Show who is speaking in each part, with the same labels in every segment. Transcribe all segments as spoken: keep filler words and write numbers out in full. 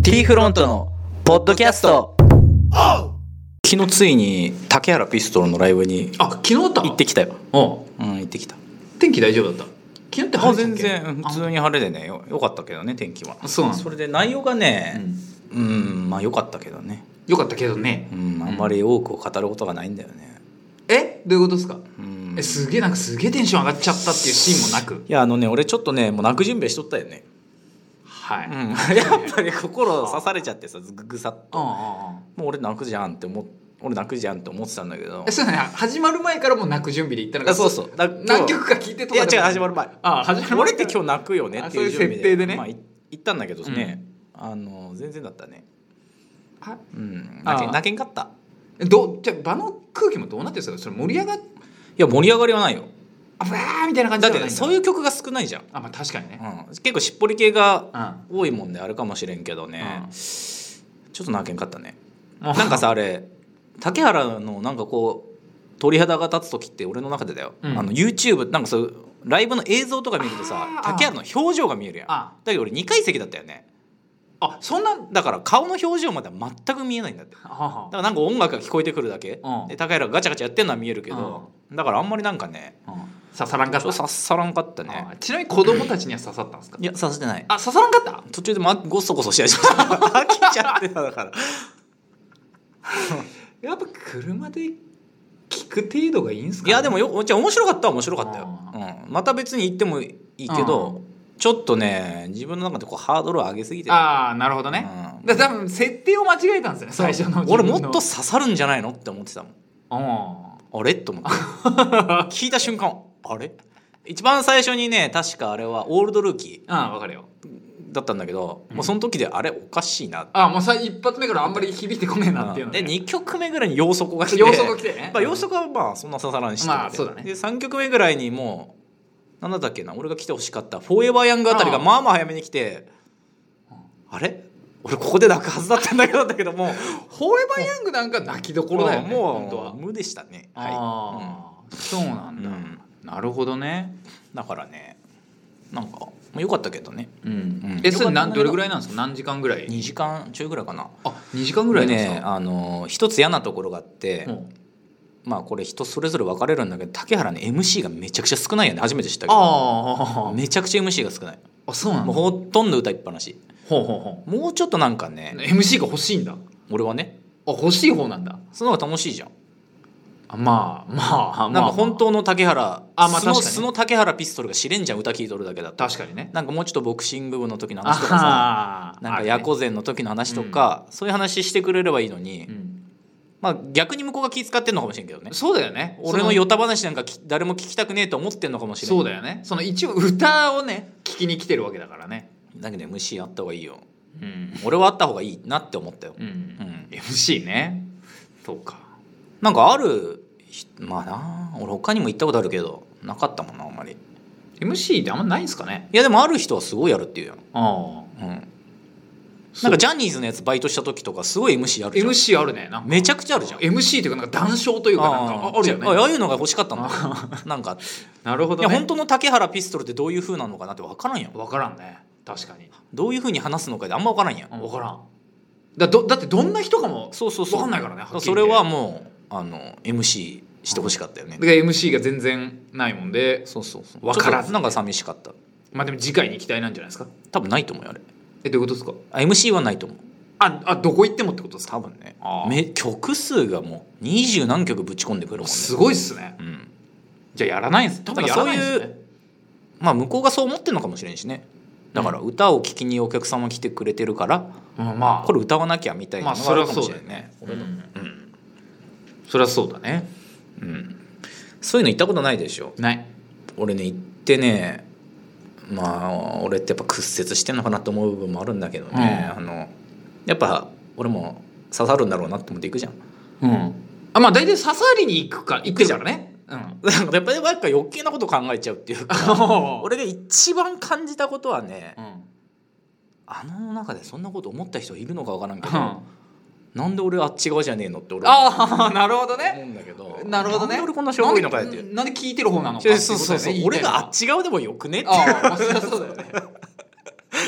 Speaker 1: T フロントのポッドキャスト。昨日ついに竹原ピストルのライブに
Speaker 2: あ、昨日だった
Speaker 1: 行ってきたよ。
Speaker 2: おう、
Speaker 1: うん、行ってきた。
Speaker 2: 天気大丈夫だった？昨日って晴れてたっけ？
Speaker 1: 全然普通に晴れでね、よ, よかったけどね、天気は。
Speaker 2: そうなんだ。
Speaker 1: それで内容がね、うん、うんまあ良かったけどね。
Speaker 2: よかったけどね、
Speaker 1: うん、あんまり多くを語ることがないんだよね。
Speaker 2: え、どういうことですか？
Speaker 1: うん、
Speaker 2: え、すげえなんかすげえテンション上がっちゃったっていうシーンもなく。
Speaker 1: いやあのね、俺ちょっとねもう泣く準備しとったよね。
Speaker 2: はい、
Speaker 1: うん、やっぱり心刺されちゃってさ、ぐぐさっと、
Speaker 2: うんうんうん、
Speaker 1: もう俺泣くじゃんって思って俺泣くじゃんって思ってたんだけど。
Speaker 2: え、そうだね、始まる前からもう泣く準備で行ったのか。
Speaker 1: そうそう、
Speaker 2: だ何曲か聞いてとかでも。
Speaker 1: いや違う、始まる前。
Speaker 2: ああ、始まる前。
Speaker 1: 俺って今日泣くよねっていう準備で、
Speaker 2: そういう設定でね、
Speaker 1: まあ、行ったんだけどね、うん、あの全然だったね。
Speaker 2: あ、
Speaker 1: うん、泣け泣けんかった。
Speaker 2: どじゃあ場の空気もどうなってるんですか？それ盛り上がっ、い
Speaker 1: や盛り上がりはないよ。
Speaker 2: あ、わーみたいな感じ
Speaker 1: だって、ね、そういう曲が少ないじゃん。
Speaker 2: あ、まあ確かにね、
Speaker 1: うん、結構しっぽり系が多いもんであるかもしれんけどね、うん、ちょっと泣けんかったね。なんかさ、あれ竹原のなんかこう鳥肌が立つ時って俺の中でだよ、うん、あの YouTube なんかそうライブの映像とか見るとさ、竹原の表情が見えるやん。だけど俺にかい席だったよね。
Speaker 2: あ、そんな
Speaker 1: だから顔の表情までは全く見えないんだって。だからなんか音楽が聞こえてくるだけ、うん、で竹原がガチャガチャやってるのは見えるけど、うん、だからあんまりなんかね、うん、
Speaker 2: 刺さらんかった。
Speaker 1: 刺さらんかったね。
Speaker 2: ちなみに子供たちには刺さったんですか？
Speaker 1: いや刺さってない。
Speaker 2: あ、刺さらんかった？
Speaker 1: 途中で、ま、ゴソゴソし始めた飽きちゃってた。だから
Speaker 2: やっぱ車で聞く程度がいいんすか、ね？
Speaker 1: いやでもよ、じゃあ面白かったは面白かったよ、うん、また別に行ってもいいけど、ちょっとね自分の中でこうハードルを上げすぎてる。
Speaker 2: ああ、なるほどね、うん、だから多分設定を間違えたんですよね、最初の。
Speaker 1: 俺もっと刺さるんじゃないのって思ってたもん。
Speaker 2: あ
Speaker 1: あれと思って聞いた瞬間あれ一番最初にね、確かあれはオールドルーキー、
Speaker 2: ああ、分かるよ、だ
Speaker 1: ったんだけど、うん、もうその時であれおかしいな。
Speaker 2: ああ、もうさ一発目からあんまり響いてこねえなっていうの、ね、
Speaker 1: でにきょくめぐらいに洋底が来て、
Speaker 2: 洋底来てね、
Speaker 1: まあ、洋底はまあそんな刺さらんし、
Speaker 2: まあそうだね、
Speaker 1: でさんきょくめぐらいにもうなんだっけな、俺が来てほしかったフォーエバーヤングあたりがまあまあ早めに来て、あ, あれ俺ここで泣くはずだったんだけどだけどもうフォー
Speaker 2: エバーヤングなんか泣きどころだよね、
Speaker 1: もう
Speaker 2: 本当は
Speaker 1: 無でしたね。
Speaker 2: はい、あ、うん、そうなんだ、うん、なるほどね。
Speaker 1: だからね、なんか良かったけどね、
Speaker 2: うんうん、え、それ何どれぐらいなんですか？何時間ぐらい？
Speaker 1: にじかんちょいぐらいかな。
Speaker 2: あ、にじかんぐらいですか？
Speaker 1: でね、あの一つ嫌なところがあって、うん、まあこれ人それぞれ分かれるんだけど、竹原ね エムシー がめちゃくちゃ少ないよね。初めて知ったけど、あ、めちゃくちゃ エムシー が少ない。あ、そうなんだ。もうほとんど歌いっぱなし。ほうほうほう。もうちょっとなんかね
Speaker 2: エムシー が欲しいんだ。
Speaker 1: 俺はね。
Speaker 2: あ、欲しい方なんだ。
Speaker 1: その方が楽しいじゃん。
Speaker 2: あ、まあまあ、
Speaker 1: なんか本当の竹原、
Speaker 2: あ、まあ確かに
Speaker 1: 素の竹原ピストルが知れんじゃん、歌聴いとるだけだと。
Speaker 2: 確かにね。
Speaker 1: なんかもうちょっとボクシング部の時の話とかさ、なんかヤコゼンの時の話とか、うん、そういう話してくれればいいのに、うん、まあ逆に向こうが気遣ってんのかもしれんけどね。
Speaker 2: そうだよね。
Speaker 1: 俺のヨタ話なんか誰も聞きたくねえと思ってんのかもしれない。
Speaker 2: そうだよね。その一応歌をね聞きに来てるわけだからね。
Speaker 1: だけど エムシー あった方がいいよ、うん、俺はあった方がいいなって思ったよ、うんうん、
Speaker 2: エムシー ね。そうか。
Speaker 1: なんかある、まあな、俺他にも行ったことあるけどなかったもんな、あんまり。
Speaker 2: エムシー ってあんまないんですかね。
Speaker 1: いやでもある人はすごいやるっていうやん。ああ、うん、なんかジャニーズのやつバイトした時とかすごい エムシー あるじゃん。
Speaker 2: エムシー あるね。なんかめちゃくちゃあるじゃん エムシー っていうかなんか談笑というかなんか あ, あるよね。
Speaker 1: ああいうのが欲しかったんだなんか
Speaker 2: なるほどね。
Speaker 1: いや本当の竹原ピストルってどういう風なのかなって分からんやん。
Speaker 2: 分からんね。確かに
Speaker 1: どういう風に話すのかであんま分からんやん。
Speaker 2: 分からん。だ, どだってどんな人かも
Speaker 1: そうそうそう
Speaker 2: 分かんないからね。
Speaker 1: それはもうあの エムシー してほしかったよね。
Speaker 2: だから エムシー が全然ないもんで、
Speaker 1: そうそうそう、
Speaker 2: 分からず
Speaker 1: なんか寂しかった。
Speaker 2: まあでも次回に期待なんじゃないですか。
Speaker 1: 多分ないと思うよあれ。
Speaker 2: え、どういうことですか？
Speaker 1: あ エムシー はないと思う。
Speaker 2: ああ、どこ行ってもってことですか？
Speaker 1: 多分ね。め曲数がもう二十何曲ぶち込んでくるもんね。
Speaker 2: すごいっすね、うん、じゃあやらないんです。多分やらないんですね。そういう、まあ向こうがそう思ってるのかもしれんしね。だから歌を聴きにお客様来てくれてるから、うん、まあこれ歌わなきゃみたいなのがあるかもしれないね。 まあそれはそうだよね。うん、うん、それはそうだね。
Speaker 1: うん、そういうの行ったことないでしょ。
Speaker 2: ない。
Speaker 1: 俺ね行ってね、まあ俺ってやっぱ屈折してんのかなと思う部分もあるんだけどね、うん、あのやっぱ俺も刺さるんだろうなって思って行くじゃん。
Speaker 2: うん。あ、まあ大体刺さりに行くか行くからね。うん。
Speaker 1: やっぱりなんか余計なこと考えちゃうっていうか俺が一番感じたことはね、うん、あの中でそんなこと思った人いるのか分からんけど、うん、なんで俺あっち側じゃねえのって俺は
Speaker 2: ああ、なるほどね。
Speaker 1: 思うんだけど、
Speaker 2: なるほどね。
Speaker 1: なんで俺こんなしょぼいのかやって、
Speaker 2: なんで聞いてる方なのかっていうことだよね。
Speaker 1: そうそうそう、俺があっち側でもよくねっていう。
Speaker 2: ああ、まあ、そりゃそうだよね。
Speaker 1: って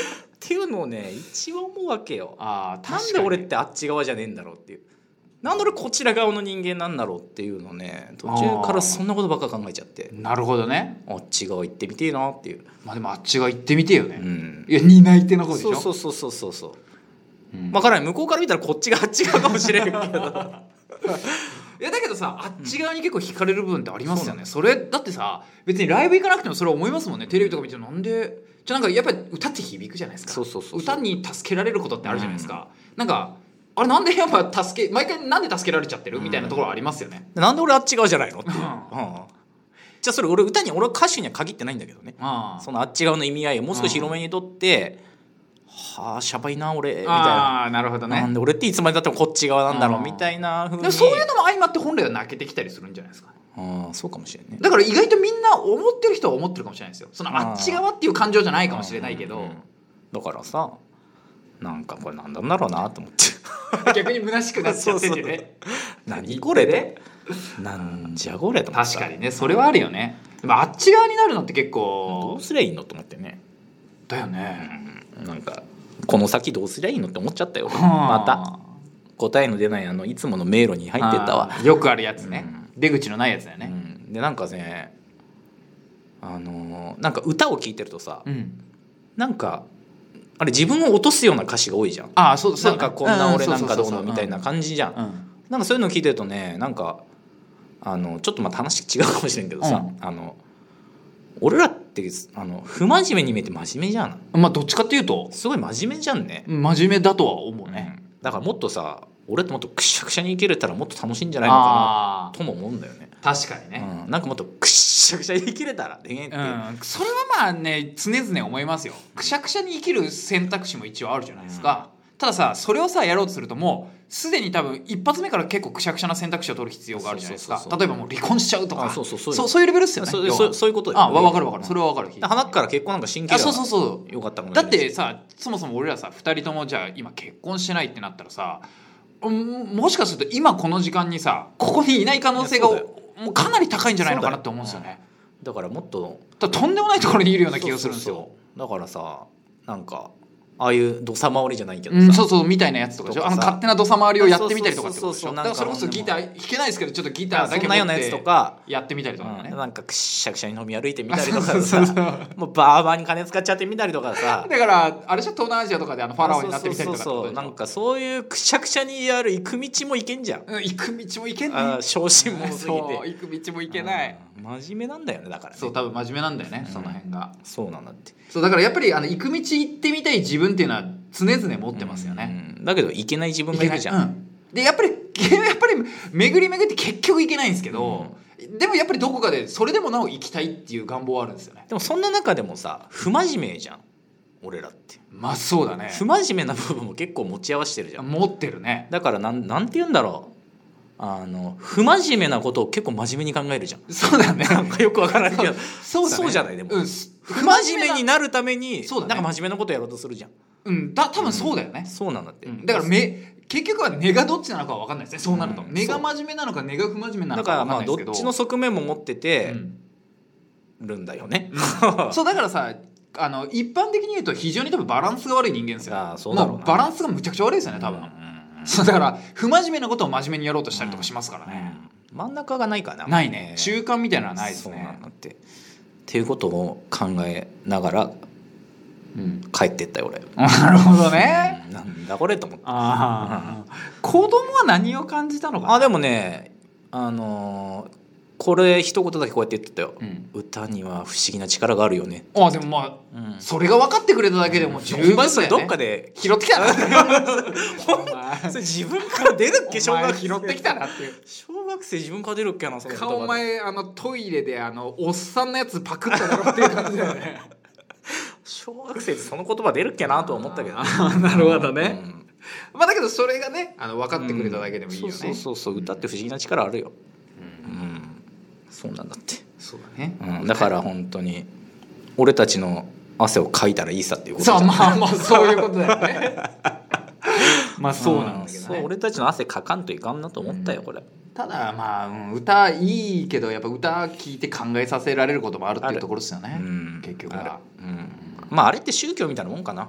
Speaker 1: いうのをね一番思うわけよ。
Speaker 2: あ
Speaker 1: あ、なんで俺ってあっち側じゃねえんだろうっていう、なんで俺こちら側の人間なんだろうっていうのね、途中からそんなことばっか考えちゃって。
Speaker 2: なるほどね。
Speaker 1: あっち側行ってみてえなっていう。
Speaker 2: まあでもあっち側行ってみてよね、うん、いや担い手の方でしょ。
Speaker 1: そうそうそうそうそう、うん、まあから向こうから見たらこっちがあっち側かもしれんけど
Speaker 2: いやだけどさ、あっち側に結構惹かれる部分ってありますよね、うん、それだってさ別にライブ行かなくてもそれは思いますもんね。テレビとか見てなんでじゃなんかやっぱり歌って響くじゃないですか。
Speaker 1: そうそうそうそう、
Speaker 2: 歌に助けられることってあるじゃないですか、うん、なんかあれなんでやっぱ助け毎回なんで助けられちゃってるみたいなところありますよね、
Speaker 1: うん、なんで俺あっち側じゃないのっていう、うんうん、じゃあそれ俺歌に俺歌手には限ってないんだけどね、うん、そのあっち側の意味合いをもう少し広めにとって、うん、はあしゃばいな俺みたいな、
Speaker 2: あなるほどね、
Speaker 1: なんで俺っていつまでだってもこっち側なんだろうみたいな風に、
Speaker 2: でもそういうのも相まって本来は泣けてきたりするんじゃないですかね。
Speaker 1: ああそうかもしれないね。
Speaker 2: だから意外とみんな思ってる人は思ってるかもしれないですよ。そのあっち側っていう感情じゃないかもしれないけど、うんうんうん、
Speaker 1: だからさなんかこれなんだんだろうなと思って
Speaker 2: 逆に虚しくなっちゃっててね
Speaker 1: 何これでなんじゃこれと思って。
Speaker 2: 確かにねそれはあるよね。でもあっち側になるのって結構
Speaker 1: どうすりゃいいのと思ってね。
Speaker 2: だよね、
Speaker 1: うん、なんかこの先どうすりゃいいのって思っちゃったよ、また答えの出ないあのいつもの迷路に入ってったわ。
Speaker 2: よくあるやつね、うん、出口のないやつだよね、
Speaker 1: うん、でなんかねあのー、なんか歌を聴いてるとさ、うん、なんかあれ自分を落とすような歌詞が多いじゃん。
Speaker 2: ああそうそう、
Speaker 1: なんかこんな俺なんかどうのみたいな感じじゃん、うん、なんかそういうのを聞いてるとねなんかあのちょっとまた話違うかもしれんけどさ、うん、あの俺らってあの不真面目に見えて真面目じゃん。
Speaker 2: まあどっちかっていうと
Speaker 1: すごい真面目じゃんね。
Speaker 2: 真面目だとは思うね、
Speaker 1: うん、だからもっとさ俺ってもっとくしゃくしゃに生きれたらもっと楽しいんじゃないのかなとも思うんだよね。
Speaker 2: 確かにね、
Speaker 1: うん、なんかもっとくしゃくしゃに生きれたらねって、うん、
Speaker 2: それはまあね常々思いますよ。くしゃくしゃに生きる選択肢も一応あるじゃないですか、うん、たださそれをさやろうとするともうすでに多分一発目から結構くしゃくしゃな選択肢を取る必要があるじゃないですか。そうそうそうそう、例えばもう離婚しちゃうとか、そうそうそうそう、そういうレベルですよね。
Speaker 1: そうそうそういうことよ。
Speaker 2: あ分かる分かる、それは分かる。
Speaker 1: 鼻から結婚なんか真剣だ。
Speaker 2: そうそうそう
Speaker 1: よかったもん。
Speaker 2: だってさそもそも俺らさふたりともじゃあ今結婚してないってなったらさもしかすると今この時間にさここにいない可能性がもうかなり高いんじゃないのかなって思うんですよね。
Speaker 1: だからもっと
Speaker 2: だとんでもないところにいるような気がするんですよ。
Speaker 1: そうそうそう、だからさなんかああいう土佐回りじゃないけどさ、
Speaker 2: うん、そうそうみたいなやつとかでしょ。あの勝手な土佐回りをやってみたりとかってことでしょ。だからそれこそギター弾けないですけどちょっとギターだけ持ってやってみたりとかね、
Speaker 1: うん、なんかくしゃくしゃに飲み歩いてみたりとかさそうそうそうもうバーバーに金使っちゃってみたりとかさ
Speaker 2: だからあれでしょ東南アジアとかであのファラオになってみたりとか。
Speaker 1: そうそうそう、なんかそういうくしゃくしゃにやる行く道も行けんじゃん、
Speaker 2: うん、行く道も行けんね。
Speaker 1: あ昇進も過ぎて
Speaker 2: そう行く道も行けない。
Speaker 1: 真面目なんだよね。だからね
Speaker 2: そう多分真面目なんだよね、うん、その辺が。
Speaker 1: そうなんだって。
Speaker 2: そうだからやっぱりあの行く道行ってみたい自分っていうのは常々持ってますよね、
Speaker 1: うん、だけど行けない自分がいるじゃん、うん、
Speaker 2: でやっぱりやっぱり巡り巡って結局行けないんですけど、うん、でもやっぱりどこかでそれでもなお行きたいっていう願望はあるんですよね。
Speaker 1: でもそんな中でもさ不真面目じゃん俺らって。
Speaker 2: まあそうだね、
Speaker 1: 不真面目な部分も結構持ち合わせてるじゃん。
Speaker 2: 持ってるね。
Speaker 1: だからなんなんて言うんだろう、あの不真面目なことを結構真面目に考えるじゃん。
Speaker 2: そうだね
Speaker 1: なんかよくわからないけど
Speaker 2: そうだ、ね、
Speaker 1: そうじゃない。でも、
Speaker 2: うん、
Speaker 1: 不真面目になるために
Speaker 2: そうだ、ね、
Speaker 1: なんか真面目なことやろうとするじゃん。
Speaker 2: うんだ多分そうだよね、
Speaker 1: うん、そうなんだって、うん、
Speaker 2: だからめ結局は根がどっちなのかは分かんないですね。そうなると、うん、根が真面目なのか根が不真面目なのかは分かんないですけど、
Speaker 1: だからまあどっちの側面も持っててるんだよね、
Speaker 2: うん、そうだからさあの一般的に言うと非常に多分バランスが悪い人間ですよ。
Speaker 1: あそうだろうな、
Speaker 2: もうバランスがむちゃくちゃ悪いですよね多分、うんうんうん、そうだから不真面目なことを真面目にやろうとしたりとかしますからね、
Speaker 1: うん、真ん中がないかな。
Speaker 2: ないね、中間みたいなのはないですね。
Speaker 1: そうなんだってっていうことを考えながら、うん、帰ってったよ俺。
Speaker 2: なるほどね、
Speaker 1: うん、なんだこれと思って。
Speaker 2: あ子供は何を感じたのかな。
Speaker 1: あでもねあのー、これ一言だけこうやって言ってたよ、うん、歌には不思議な力があるよね。
Speaker 2: あでもまあ、うん、それが分かってくれただけでも十分だよね。
Speaker 1: どっかで
Speaker 2: 拾ってきたな
Speaker 1: それ自分から出るっけ小学生
Speaker 2: 拾ってきたなっていう。
Speaker 1: 小学生自分から出るっけなその言葉で。
Speaker 2: お前あのトイレであのおっさんのやつパクっただろっていう感じだよね
Speaker 1: 小学生ってその言葉出るっけなとは思ったけど、ね、
Speaker 2: なるほどね、うん、まあだけどそれがねあの分かってくれただけでもいいよね、うん、
Speaker 1: そうそうそう歌って不思議な力あるよ、うんうん、そうなんだって。
Speaker 2: そうだね、
Speaker 1: うん、だから本当に俺たちの汗をかいたらいいさっていうことじゃん。
Speaker 2: そうまあまあそういうことだよねまあそうなんだけどね、
Speaker 1: そう俺たちの汗かかんといかんなと思ったよこれ、うん、
Speaker 2: ただまあ、うん、歌いいけどやっぱ歌聴いて考えさせられることもあるっていうところですよね、うん、結局は、
Speaker 1: うん、まああれって宗教みたいなもんかな。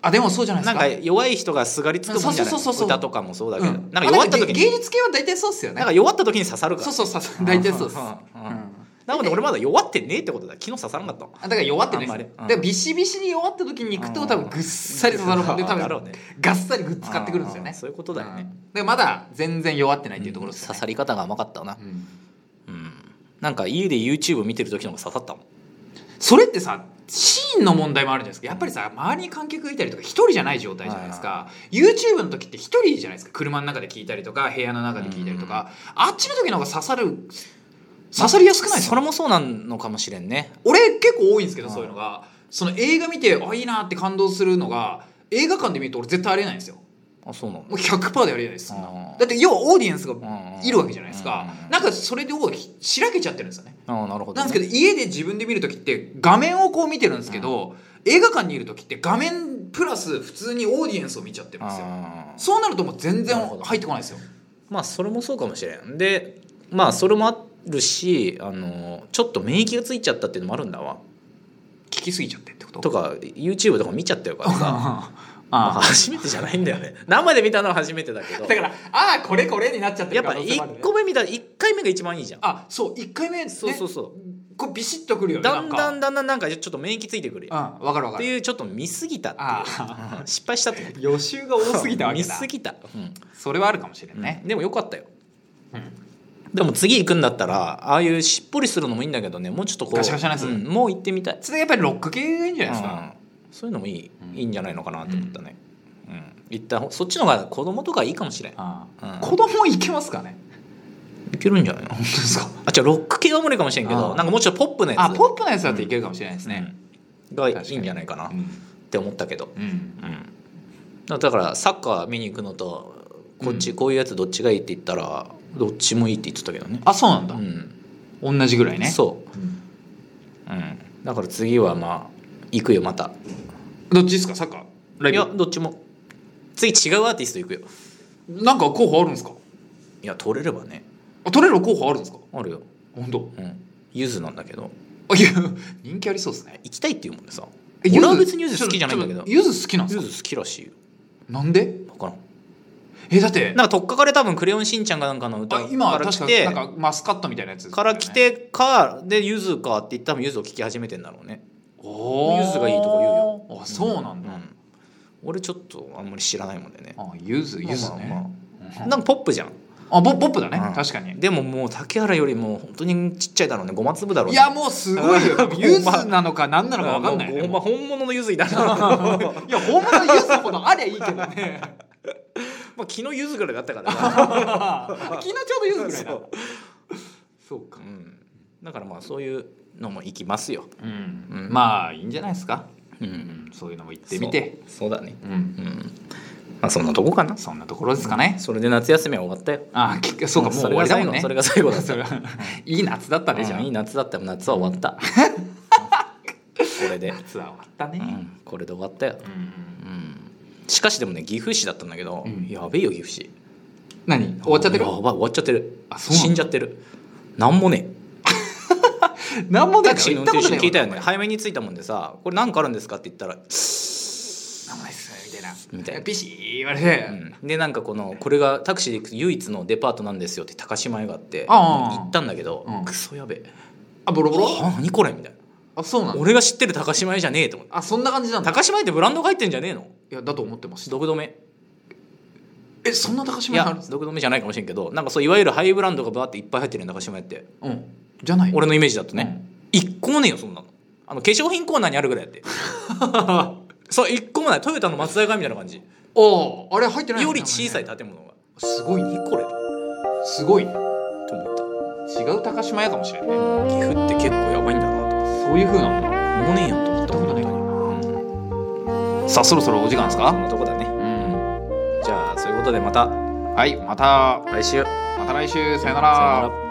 Speaker 2: あでもそうじゃないですか。
Speaker 1: なんか弱い人がすがりつくもんじゃない。歌とかもそうだけど、うん、
Speaker 2: なんか弱った時に芸術系は大体そうっすよね。
Speaker 1: なんか弱った時に刺さるから。
Speaker 2: そうそうそう、大体そうです。
Speaker 1: なので俺まだ弱ってねえってことだ。昨日刺さらなかった。
Speaker 2: だから弱ってね。だからビシビシに弱った時に行くと多分ぐっさり刺さるので、多分ガッサリグッズ買ってくるんですよね。
Speaker 1: そういうことだよね。
Speaker 2: でまだ全然弱ってないっていうところです。
Speaker 1: 刺さり方が甘かったな。うん。なんか家で YouTube 見てる時の方が刺さったもん。
Speaker 2: それってさ、シーンの問題もあるじゃないですか。やっぱりさ、周りに観客がいたりとか一人じゃない状態じゃないですか。 YouTube の時って一人じゃないですか。車の中で聞いたりとか部屋の中で聞いたりとか、あっちの時の方が刺さる刺さりやすくないですか。
Speaker 1: それもそうなのかもしれんね。
Speaker 2: 俺結構多いんですけど、そういうのがその映画見てあいいなって感動するのが映画館で見ると俺絶対ありえないんですよ。
Speaker 1: あ、そうなの。
Speaker 2: もう ひゃくパーセント でありえないです。だって要はオーディエンスがいるわけじゃないですか。なんかそれでしらけちゃってるんですよね。
Speaker 1: あ、なるほどね。
Speaker 2: なんですけど家で自分で見る時って画面をこう見てるんですけど、映画館にいる時って画面プラス普通にオーディエンスを見ちゃってるんですよ。そうなるともう全然入ってこないですよ。
Speaker 1: まあそれもそうかもしれん。でまあそれもあるし、あのちょっと免疫がついちゃったっていうのもあるんだわ。
Speaker 2: 聞きすぎちゃってってこと
Speaker 1: とか YouTube とか見ちゃってるからさまあ、初めてじゃないんだよね。生で見たのは初めてだけど、
Speaker 2: だからああこれこれになっちゃって
Speaker 1: るから、ね、やっぱいっこめ見たらいっかいめが一番いいじゃん。
Speaker 2: あ、そういっかいめ、ね、
Speaker 1: そうそうそう、
Speaker 2: こうビシッとくるよね。
Speaker 1: だんだんだんだんなんかちょっと免疫ついてくるよ。
Speaker 2: うん、分かる分かる。
Speaker 1: っていうちょっと見すぎたっていう失敗したってこと。
Speaker 2: 予習が多すぎたわけだ。
Speaker 1: 見すぎた、うん、
Speaker 2: それはあるかもしれんね、
Speaker 1: うん、でもよかったよ、うん、でも次行くんだったらああいうしっぽりするのもいいんだけどね、もうちょっとこう
Speaker 2: ガシャガシャなやつ、
Speaker 1: うん、もう行ってみたい。
Speaker 2: それやっぱりロック系がいいんじゃないですか、うん、
Speaker 1: そういうのもいい、うん、いいんじゃないのかなと思ったね、うんうん、行ったそっちの方が子供とかいいかもしれん。ああ、うん、
Speaker 2: 子供いけますかね。
Speaker 1: いけるんじゃないの。本当ですか。あ、じゃあロック系は無理かもしれんけど、なんかもうちょっとポップなやつ、
Speaker 2: あ、ポップなやつだっていけるかもしれないですね、
Speaker 1: うん、がいいんじゃないかなって思ったけど、うんうん、だからサッカー見に行くのとこっちこういうやつどっちがいいって言ったらどっちもいいって言ってたけどね。
Speaker 2: あ、そうなんだ、うん、同じぐらいね。
Speaker 1: そう、うんうん、だから次はまあ行くよまた。
Speaker 2: どっちですか、サッカーライブ。
Speaker 1: いやどっちも。次違うアーティスト行くよ。
Speaker 2: なんか候補あるんですか。
Speaker 1: いや取れればね。
Speaker 2: あ、取れる候補あるんですか。
Speaker 1: あるよ。
Speaker 2: 本当。
Speaker 1: うん。ゆずなんだけど。
Speaker 2: あ、いや人気ありそうですね。
Speaker 1: 行きたいっていうもんでさ。俺は別にゆず好きじゃないんだけど。
Speaker 2: ゆず好きなんですか。
Speaker 1: ゆず好きらしいよ。
Speaker 2: なんで。
Speaker 1: 分からん。
Speaker 2: え、だって
Speaker 1: なんかとっかかで多分クレヨンしんちゃんがなんかの歌から来て、
Speaker 2: 今確かなんかマスカットみたいなやつ、ね、
Speaker 1: から来てかでゆずかって言ったらゆずを聴き始めてんだろうね。おゆずがいいとか言うよ。
Speaker 2: あ、そうなんだ、うん、
Speaker 1: 俺ちょっとあんまり知らないもんでね。
Speaker 2: あ、ゆずゆずね、まあ
Speaker 1: まあ、なんかポップじゃん。
Speaker 2: あ、ポップだね、うん、確かに。
Speaker 1: でももう竹原よりも本当にちっちゃいだろうね。ごま粒だろうね。
Speaker 2: いやもうすごいよゆずなのか何なのか分かんない、ね、
Speaker 1: まあ、本物のゆずいだな。
Speaker 2: いや本物のゆずほどありゃいいけどね。
Speaker 1: まあ昨日ゆずぐらいだったから、
Speaker 2: ね、昨日ちょうどゆずぐらいだ。そう、そうか、うん、
Speaker 1: だからまあそういうのも行きますよ、
Speaker 2: うんうん、まあいいんじゃないですか、うん、そういうのも行ってみて。
Speaker 1: そう、そうだね、うんうん、まあそんなとこかな。
Speaker 2: そんなところですかね、
Speaker 1: うん、それで夏休みは終わったよ。
Speaker 2: ああ、そうか、もう終わりだもんね。
Speaker 1: それが最後だった。
Speaker 2: いい夏だったでしょ、うん、
Speaker 1: いい夏だった。夏は終わったこれで
Speaker 2: 夏は終わったね、
Speaker 1: うん、これで終わったよ、うんうんうん、しかしでもね岐阜市だったんだけど、うん、やべえよ岐阜市。
Speaker 2: 何終わっちゃってる。
Speaker 1: やばい終わっちゃってる。あ、死んじゃってる。なんもねえ
Speaker 2: なんもねえ。
Speaker 1: タクシーの運転手に聞いたよね。早めに着いたもんでさ、これ何かあるんですかって言ったらなんもないっ
Speaker 2: すみたいな
Speaker 1: みたいな
Speaker 2: ピシー言われて、
Speaker 1: うん、でなんかこのこれがタクシーで行く唯一のデパートなんですよって高島屋があって行ったんだけど、うん、クソやべえ。
Speaker 2: あ、ボロボロ。
Speaker 1: はあ、何これみたいな。あ、そうなんだ。俺が知ってる高島屋じゃねえと思って。
Speaker 2: あ、そんな感じなんだ。
Speaker 1: 高島屋ってブランドが入ってんじゃねえの。
Speaker 2: いやだと思ってました。
Speaker 1: どこ止め。
Speaker 2: え、そんな高島屋あるんですか。
Speaker 1: いやどこ止めじゃないかもしれんけど、なんかそういわゆるハイブランドがバーっていっぱい入ってるんだ高島屋って。
Speaker 2: うん。じゃない。
Speaker 1: 俺のイメージだとね。うん、一個もねえよそんなの。あの化粧品コーナーにあるぐらいやって。そう一個もない。トヨタの松坂みたいな感じ。
Speaker 2: ああ、あれ入ってない、ね。
Speaker 1: より小さい建物が。
Speaker 2: すごいね
Speaker 1: これ。
Speaker 2: すごいね。
Speaker 1: と思った。
Speaker 2: 違う高島屋かもしれないね。
Speaker 1: 岐阜って結構やばいんだなと。
Speaker 2: そういう風なもの。
Speaker 1: もうねえよと思ったことないかな、
Speaker 2: うん。さあそろそろお時間ですか。
Speaker 1: そんなとこだね。うん。じゃあそういうことでまた。
Speaker 2: はい、また
Speaker 1: 来週。
Speaker 2: また来週。さよなら。
Speaker 1: さよなら。